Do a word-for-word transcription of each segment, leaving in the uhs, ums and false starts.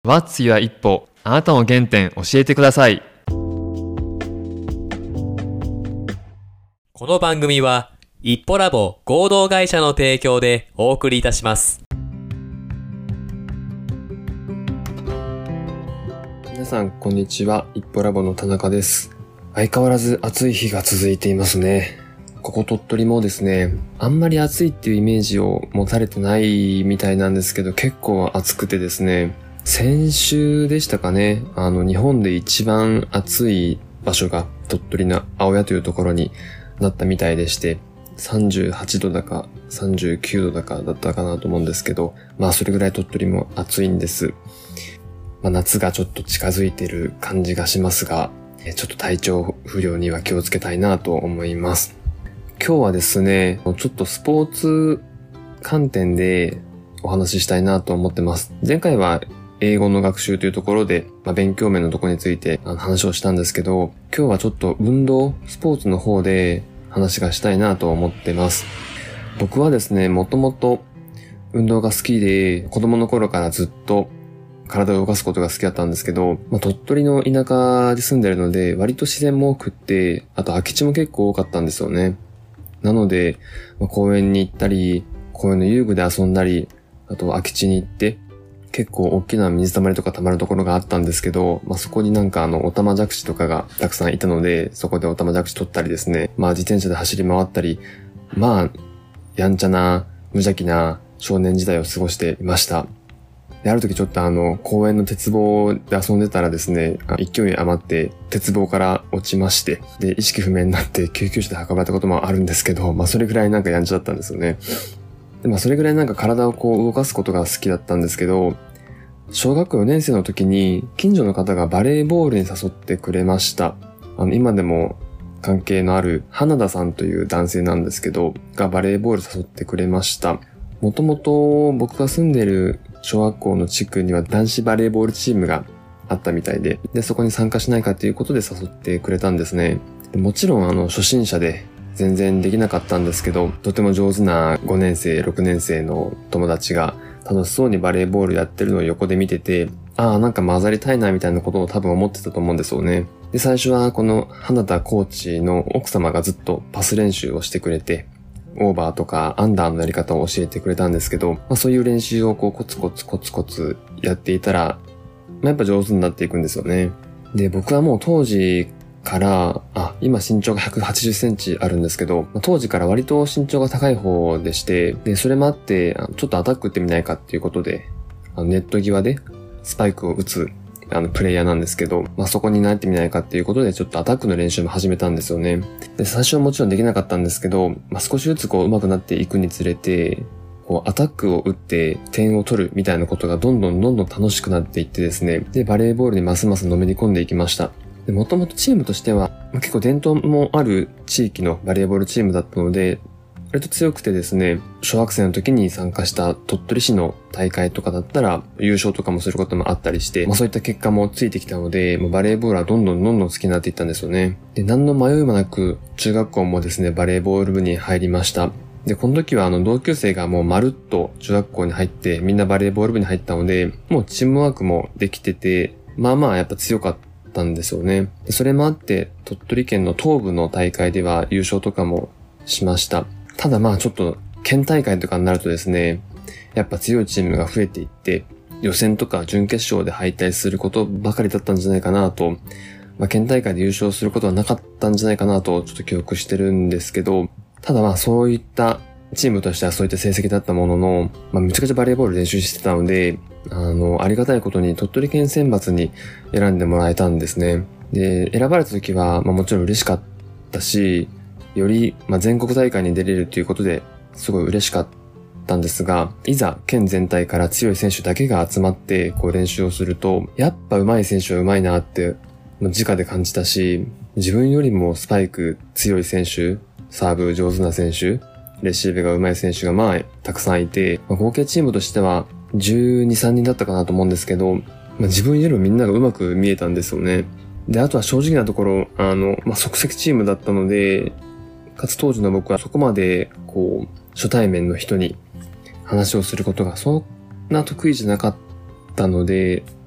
What's your 一歩、あなたの原点教えてください。 この番組は一歩ラボ合同会社の提供でお送りいたします。 皆さんこんにちは、一歩ラボの田中です。相変わらず暑い日が続いていますね。ここ鳥取もですね、あんまり暑いっていうイメージを持たれてないみたいなんですけど、結構暑くてですね、先週でしたかね、あの日本で一番暑い場所が鳥取の青谷というところになったみたいでして、さんじゅうはちどだかさんじゅうきゅうどだかだったかなと思うんですけど、まあそれぐらい鳥取も暑いんです。まあ、夏がちょっと近づいている感じがしますが、ちょっと体調不良には気をつけたいなと思います。今日はですね、ちょっとスポーツ観点でお話ししたいなと思ってます。前回は英語の学習というところで、まあ、勉強面のところについて話をしたんですけど、今日はちょっと運動、スポーツの方で話がしたいなと思ってます。僕はですね、もともと運動が好きで、子供の頃からずっと体を動かすことが好きだったんですけど、まあ、鳥取の田舎で住んでるので、割と自然も多くって、あと空き地も結構多かったんですよね。なので、まあ、公園に行ったり、公園の遊具で遊んだり、あと空き地に行って、結構大きな水たまりとか溜まるところがあったんですけど、まあ、そこになんかあの、オタマジャクシとかがたくさんいたので、そこでオタマジャクシ取ったりですね、まあ自転車で走り回ったり、まあ、やんちゃな、無邪気な少年時代を過ごしていました。で、ある時ちょっとあの、公園の鉄棒で遊んでたらですね、勢い余って鉄棒から落ちまして、で、意識不明になって救急車で運ばれたこともあるんですけど、まあそれぐらいなんかやんちゃだったんですよね。で、まあそれぐらいなんか体をこう動かすことが好きだったんですけど、小学校よねん生の時に近所の方がバレーボールに誘ってくれました。あの、今でも関係のある花田さんという男性なんですけど、がバレーボール誘ってくれました。もともと僕が住んでいる小学校の地区には男子バレーボールチームがあったみたいで、で、そこに参加しないかということで誘ってくれたんですね。でもちろんあの、初心者で全然できなかったんですけど、とても上手なごねん生、ろくねん生の友達が楽しそうにバレーボールやってるのを横で見てて、ああ、なんか混ざりたいなみたいなことを多分思ってたと思うんですよね。で、最初はこの花田コーチの奥様がずっとパス練習をしてくれて、オーバーとかアンダーのやり方を教えてくれたんですけど、まあそういう練習をこうコツコツコツコツやっていたら、まあ、やっぱ上手になっていくんですよね。で、僕はもう当時から、あ、今身長がひゃくはちじゅっセンチあるんですけど、まあ、当時から割と身長が高い方でして、で、それもあって、ちょっとアタック打ってみないかっていうことで、あのネット際でスパイクを打つあのプレイヤーなんですけど、まあ、そこになってみないかっていうことでちょっとアタックの練習も始めたんですよね。で、最初はもちろんできなかったんですけど、まあ、少しずつこう上手くなっていくにつれて、こうアタックを打って点を取るみたいなことがどんどんどんどん楽しくなっていってですね、で、バレーボールにますますのめり込んでいきました。で、もともとチームとしては、まあ、結構伝統もある地域のバレーボールチームだったので、割と強くてですね、小学生の時に参加した鳥取市の大会とかだったら優勝とかもすることもあったりして、まあそういった結果もついてきたので、もうバレーボールはどんどんどんどん好きになっていったんですよね。で、何の迷いもなく中学校もですね、バレーボール部に入りました。で、この時はあの同級生がもうまるっと中学校に入ってみんなバレーボール部に入ったので、もうチームワークもできてて、まあまあやっぱ強かったんですよね。で、それもあって鳥取県の東部の大会では優勝とかもしました。ただまあちょっと県大会とかになるとですね、やっぱ強いチームが増えていって、予選とか準決勝で敗退することばかりだったんじゃないかなと、まあ県大会で優勝することはなかったんじゃないかなとちょっと記憶してるんですけど、ただまあそういったチームとしてはそういった成績だったものの、まあめちゃくちゃバレーボール練習してたので、あの、ありがたいことに鳥取県選抜に選んでもらえたんですね。で、選ばれた時はまあもちろん嬉しかったし、より、まあ、全国大会に出れるということですごい嬉しかったんですが、いざ県全体から強い選手だけが集まってこう練習をすると、やっぱ上手い選手は上手いなって直で感じたし、自分よりもスパイク強い選手、サーブ上手な選手、レシーブが上手い選手がまあたくさんいて、まあ、合計チームとしてはじゅうに、さんにんだったかなと思うんですけど、まあ、自分よりもみんなが上手く見えたんですよね。で、あとは正直なところ、あの、まあ、即席チームだったので、かつ当時の僕はそこまでこう初対面の人に話をすることがそんな得意じゃなかったので、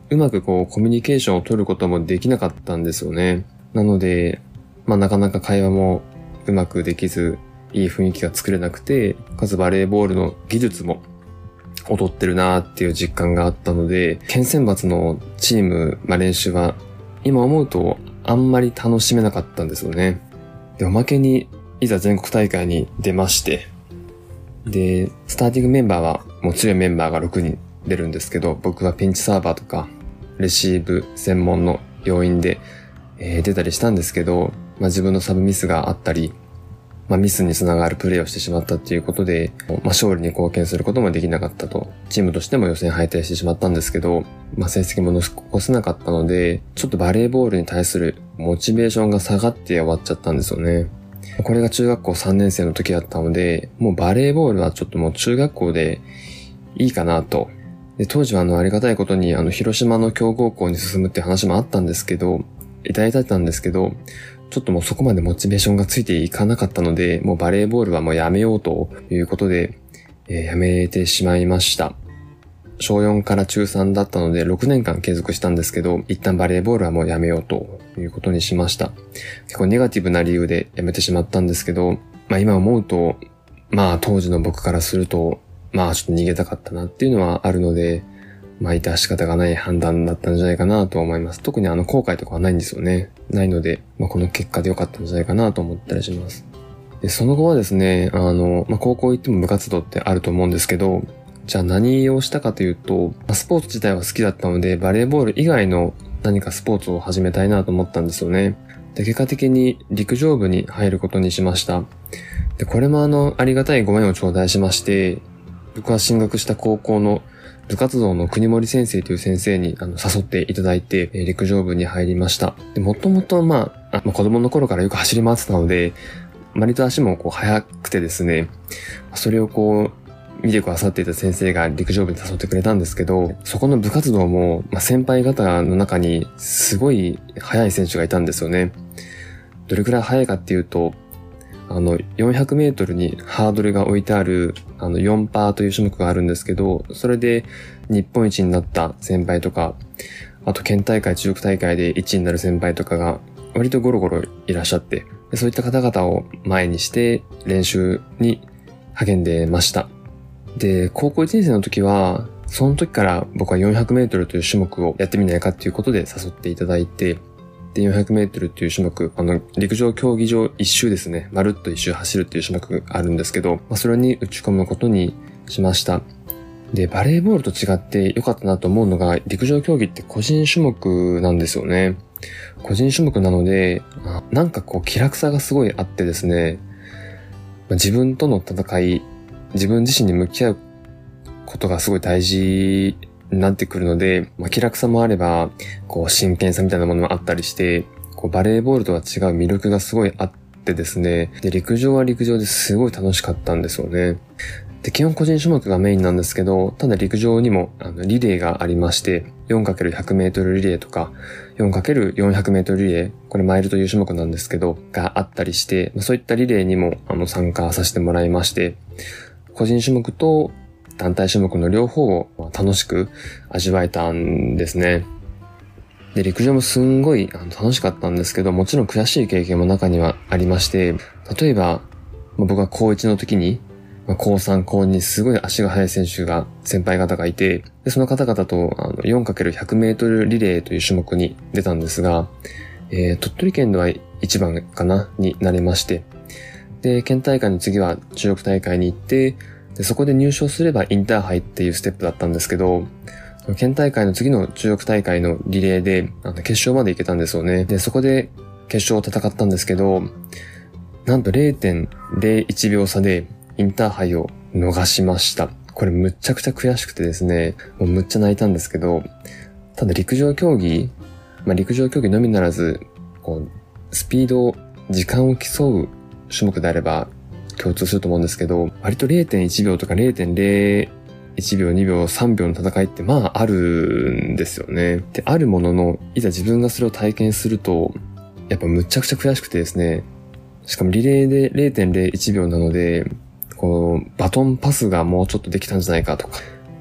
うまくこうコミュニケーションを取ることもできなかったんですよね。なので、まあなかなか会話もうまくできず、いい雰囲気が作れなくて、かつバレーボールの技術も劣ってるなーっていう実感があったので、県選抜のチーム、まあ練習は今思うとあんまり楽しめなかったんですよね。で、おまけにいざ全国大会に出まして、で、スターティングメンバーはもう強いメンバーがろくにん出るんですけど、僕はピンチサーバーとかレシーブ専門の要員で、えー、出たりしたんですけど、まあ自分のサブミスがあったり、まあミスにつながるプレーをしてしまったっていうことで、まあ勝利に貢献することもできなかったと。チームとしても予選敗退してしまったんですけど、まあ成績も残せなかったので、ちょっとバレーボールに対するモチベーションが下がって終わっちゃったんですよね。これが中学校さんねん生の時だったので、もうバレーボールはちょっともう中学校でいいかなと。で、当時はあのありがたいことにあの広島の強豪校に進むって話もあったんですけど、いただいてたんですけど、ちょっともうそこまでモチベーションがついていかなかったので、もうバレーボールはもうやめようということで、えー、やめてしまいました。しょうよんからちゅうさんだったのでろくねんかん継続したんですけど、一旦バレーボールはもうやめようということにしました。結構ネガティブな理由でやめてしまったんですけど、まあ今思うと、まあ当時の僕からすると、まあちょっと逃げたかったなっていうのはあるので、まあ致し方がない判断だったんじゃないかなと思います。特にあの後悔とかはないんですよね。ないので、まあこの結果で良かったんじゃないかなと思ったりします。で、その後はですね、あの、まあ高校行っても部活動ってあると思うんですけど、じゃあ何をしたかというと、スポーツ自体は好きだったので、バレーボール以外の何かスポーツを始めたいなと思ったんですよね。で、結果的に陸上部に入ることにしました。で、これもあの、ありがたいご縁を頂戴しまして、僕は進学した高校の部活動の国森先生という先生にあの誘っていただいて、陸上部に入りました。で、もともとまあ、まあ、子供の頃からよく走り回ってたので、割と足もこう速くてですね、それをこう、見てくださっていた先生が陸上部に誘ってくれたんですけど、そこの部活動も、まあ、先輩方の中にすごい速い選手がいたんですよね。どれくらい速いかっていうと、あの、よんひゃくメートルにハードルが置いてある、あの、よんパーという種目があるんですけど、それで日本一になった先輩とか、あと県大会、中国大会でいちいになる先輩とかが割とゴロゴロいらっしゃって、そういった方々を前にして練習に励んでました。で、高校いちねん生の時は、その時から僕はよんひゃくメートルという種目をやってみないかっていうことで誘っていただいて、で、よんひゃくメートルっていう種目、あの、陸上競技場一周ですね、まるっと一周走るっていう種目があるんですけど、まあ、それに打ち込むことにしました。で、バレーボールと違って良かったなと思うのが、陸上競技って個人種目なんですよね。個人種目なので、なんかこう気楽さがすごいあってですね、自分との戦い、自分自身に向き合うことがすごい大事になってくるので、まあ、気楽さもあれば、こう真剣さみたいなものもあったりして、こうバレーボールとは違う魅力がすごいあってですね、で、陸上は陸上ですごい楽しかったんですよね。で、基本個人種目がメインなんですけど、ただ陸上にもあのリレーがありまして、よんかけるひゃくメートルリレーとか、よんかけるよんひゃくメートルリレー、これマイルという種目なんですけど、があったりして、そういったリレーにもあの参加させてもらいまして、個人種目と団体種目の両方を楽しく味わえたんですね。で、陸上もすんごい楽しかったんですけど、もちろん悔しい経験も中にはありまして、例えば、僕が高いちの時に、高さん、高にすごい足が速い選手が、先輩方がいて、でその方々とあの よんかけるひゃくメートルリレーという種目に出たんですが、えー、鳥取県ではいちばんかなになれまして、で、県大会の次は中国大会に行って、で、そこで入賞すればインターハイっていうステップだったんですけど、県大会の次の中国大会のリレーで、あの決勝まで行けたんですよね。で、そこで決勝を戦ったんですけど、なんと れいてんれいいちびょう差でインターハイを逃しました。これむっちゃくちゃ悔しくてですね、もうむっちゃ泣いたんですけど、ただ陸上競技、まあ陸上競技のみならず、こう、スピード、時間を競う種目であれば共通すると思うんですけど、割と れいてんいちびょうとか れいてんれいいちびょう、にびょう、さんびょうの戦いってまああるんですよね。で、あるものの、いざ自分がそれを体験すると、やっぱむっちゃくちゃ悔しくてですね、しかもリレーで れいてんれいいちびょうなので、こう、バトンパスがもうちょっとできたんじゃないかとか、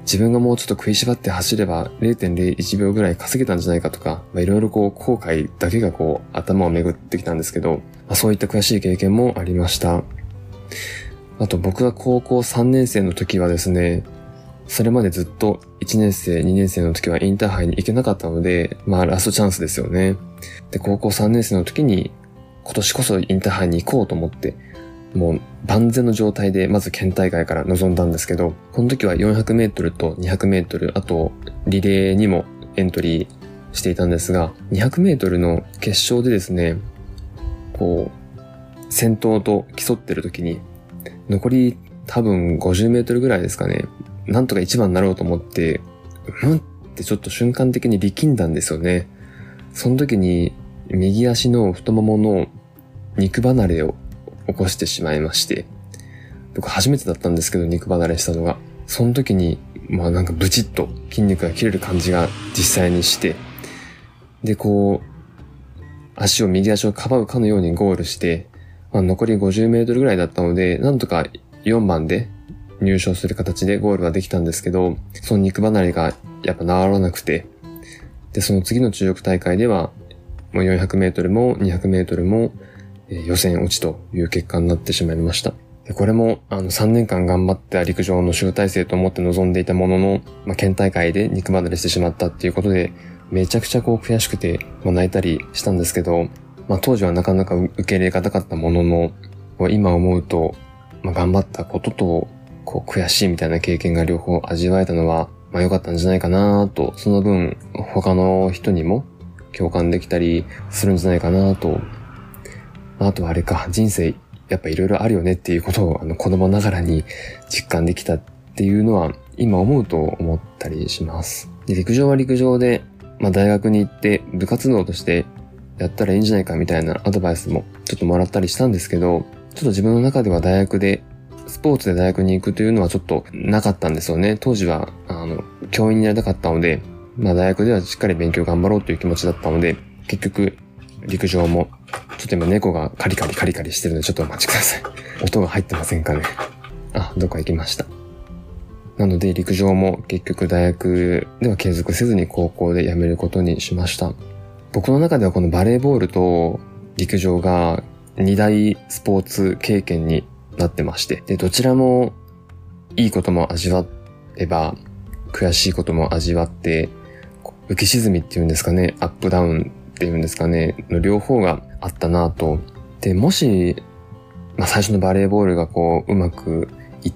自分がもうちょっと食いしばって走れば れいてんれいいちびょうぐらい稼げたんじゃないかとか、まあ、いろいろこう後悔だけがこう頭を巡ってきたんですけど、まあ、そういった悔しい経験もありました。あと僕が高校さんねん生の時はですね、それまでずっといちねん生、にねん生の時はインターハイに行けなかったので、まあラストチャンスですよね。で、高校さんねん生の時に今年こそインターハイに行こうと思って、もう万全の状態でまず県大会から臨んだんですけど、この時はよんひゃくメートルとにひゃくメートル、あとリレーにもエントリーしていたんですが、にひゃくメートルの決勝でですね、こう、先頭と競ってる時に、残り多分ごじゅうメートルぐらいですかね、なんとか一番になろうと思って、うんってちょっと瞬間的に力んだんですよね。その時に右足の太ももの肉離れを起こしてしまいまして、僕初めてだったんですけど、肉離れしたのが。その時に、まあなんかブチッと筋肉が切れる感じが実際にして、でこう、足を、右足をかばうかのようにゴールして、まあ、残りごじゅうメートルぐらいだったので、なんとかよんばんで入賞する形でゴールはできたんですけど、その肉離れがやっぱ治らなくて、で、その次の中国大会では、もうよんひゃくメートルもにひゃくメートルも予選落ちという結果になってしまいました。でこれもあのさんねんかん頑張って陸上の集大成と思って臨んでいたものの、まあ、県大会で肉離れしてしまったっていうことで、めちゃくちゃこう悔しくて、まあ、泣いたりしたんですけど、まあ、当時はなかなか受け入れがたかったものの、今思うと、まあ、頑張ったこととこう悔しいみたいな経験が両方味わえたのは、まあ、良かったんじゃないかなと、その分他の人にも共感できたりするんじゃないかなと。あとはあれか、人生やっぱいろいろあるよねっていうことをあの子供ながらに実感できたっていうのは今思うと思ったりします。で、陸上は陸上で、まあ、大学に行って部活動としてやったらいいんじゃないかみたいなアドバイスもちょっともらったりしたんですけど、ちょっと自分の中では大学でスポーツで大学に行くというのはちょっとなかったんですよね。当時はあの教員になりたかったので、まあ大学ではしっかり勉強頑張ろうという気持ちだったので、結局陸上もちょっと今猫がカリカリカリカリしてるのでちょっとお待ちください。音が入ってませんかね。あ、どっか行きました。なので陸上も結局大学では継続せずに高校で辞めることにしました。僕の中ではこのバレーボールと陸上が二大スポーツ経験になってまして、でどちらもいいことも味わえば悔しいことも味わって、浮き沈みっていうんですかね、アップダウンっていうんですかね、の両方があったなと。でもし、まあ、最初のバレーボールがこううまくいって、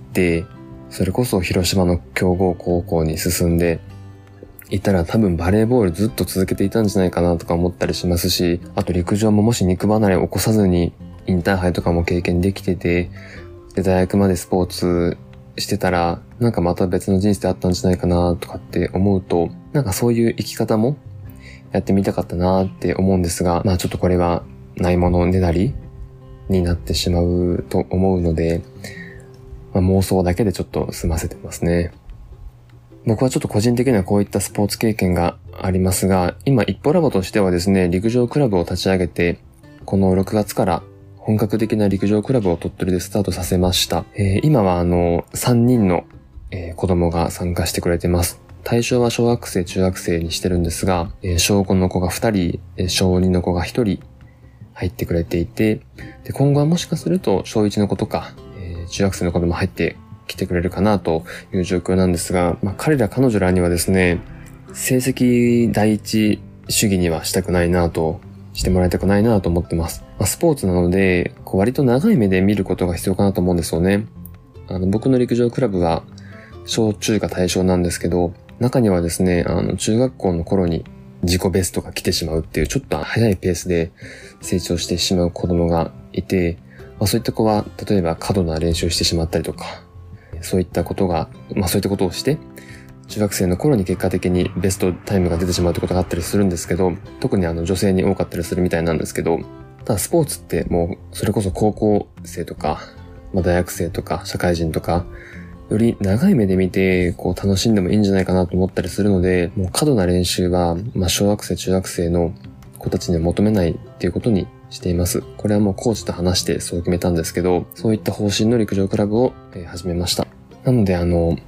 それこそ広島の強豪高校に進んでいたら多分バレーボールずっと続けていたんじゃないかなとか思ったりしますし、あと陸上ももし肉離れを起こさずにインターハイとかも経験できてて、で大学までスポーツしてたらなんかまた別の人生あったんじゃないかなとかって思うと、なんかそういう生き方もやってみたかったなって思うんですが、まあちょっとこれはないものねだりになってしまうと思うので、まあ、妄想だけでちょっと済ませてますね。僕はちょっと個人的にはこういったスポーツ経験がありますが、今一歩ラボとしてはですね、陸上クラブを立ち上げて、このろくがつから本格的な陸上クラブを鳥取でスタートさせました。えー、今はあのさんにんの、えー、子供が参加してくれてます。対象は小学生、中学生にしてるんですが、えー、小ごの子がふたり、えー、小にの子がひとり入ってくれていて、で今後はもしかすると小いちの子とか、えー、中学生の子でも入ってきてくれるかなという状況なんですが、まあ、彼ら彼女らにはですね、成績第一主義にはしたくないなと、してもらいたくないなと思ってます。まあ、スポーツなので、こう割と長い目で見ることが必要かなと思うんですよね。あの僕の陸上クラブは小中が対象なんですけど、中にはですね、あの中学校の頃に自己ベストが来てしまうっていうちょっと早いペースで成長してしまう子供がいて、まあ、そういった子は例えば過度な練習してしまったりとか、そういったことが、まあそういったことをして、中学生の頃に結果的にベストタイムが出てしまうってことがあったりするんですけど、特にあの女性に多かったりするみたいなんですけど、ただスポーツってもうそれこそ高校生とか、まあ、大学生とか社会人とか、より長い目で見てこう楽しんでもいいんじゃないかなと思ったりするので、もう過度な練習は、まあ、小学生中学生の子たちには求めないっていうことにしています。これはもうコーチと話してそう決めたんですけど、そういった方針の陸上クラブを、えー、始めました。なのであの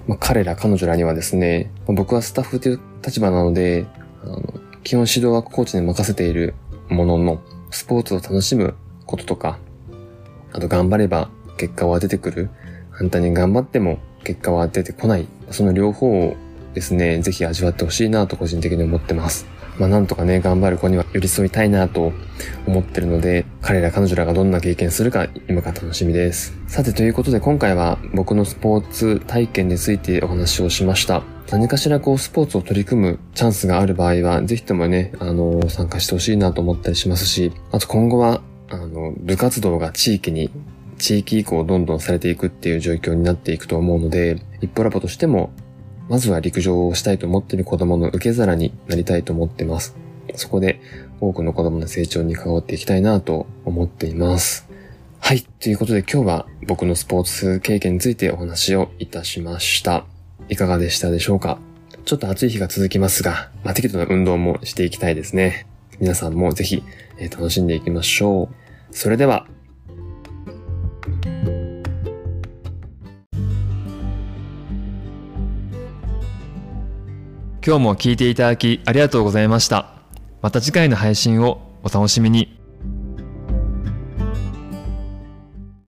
まあ、彼ら彼女らにはですね、まあ、僕はスタッフという立場なので、あの基本指導はコーチに任せているものの、スポーツを楽しむこととか、あと頑張れば結果は出てくる。反対に頑張っても結果は出てこない。その両方をですね、ぜひ味わってほしいなと個人的に思ってます。まあなんとかね、頑張る子には寄り添いたいなと思ってるので、彼ら彼女らがどんな経験するか今から楽しみです。さてということで今回は僕のスポーツ体験についてお話をしました。何かしらこうスポーツを取り組むチャンスがある場合は、ぜひともね、あの、参加してほしいなと思ったりしますし、あと今後は、あの、部活動が地域に、地域移行どんどんされていくっていう状況になっていくと思うので、一歩ラボとしても、まずは陸上をしたいと思っている子供の受け皿になりたいと思っています。そこで多くの子供の成長に関わっていきたいなと思っています。はい。ということで今日は僕のスポーツ経験についてお話をいたしました。いかがでしたでしょうか？ちょっと暑い日が続きますが、まあ、適度な運動もしていきたいですね。皆さんもぜひ、えー、楽しんでいきましょう。それでは。 今日も聞いていただきありがとうございました。また次回の配信をお楽しみに。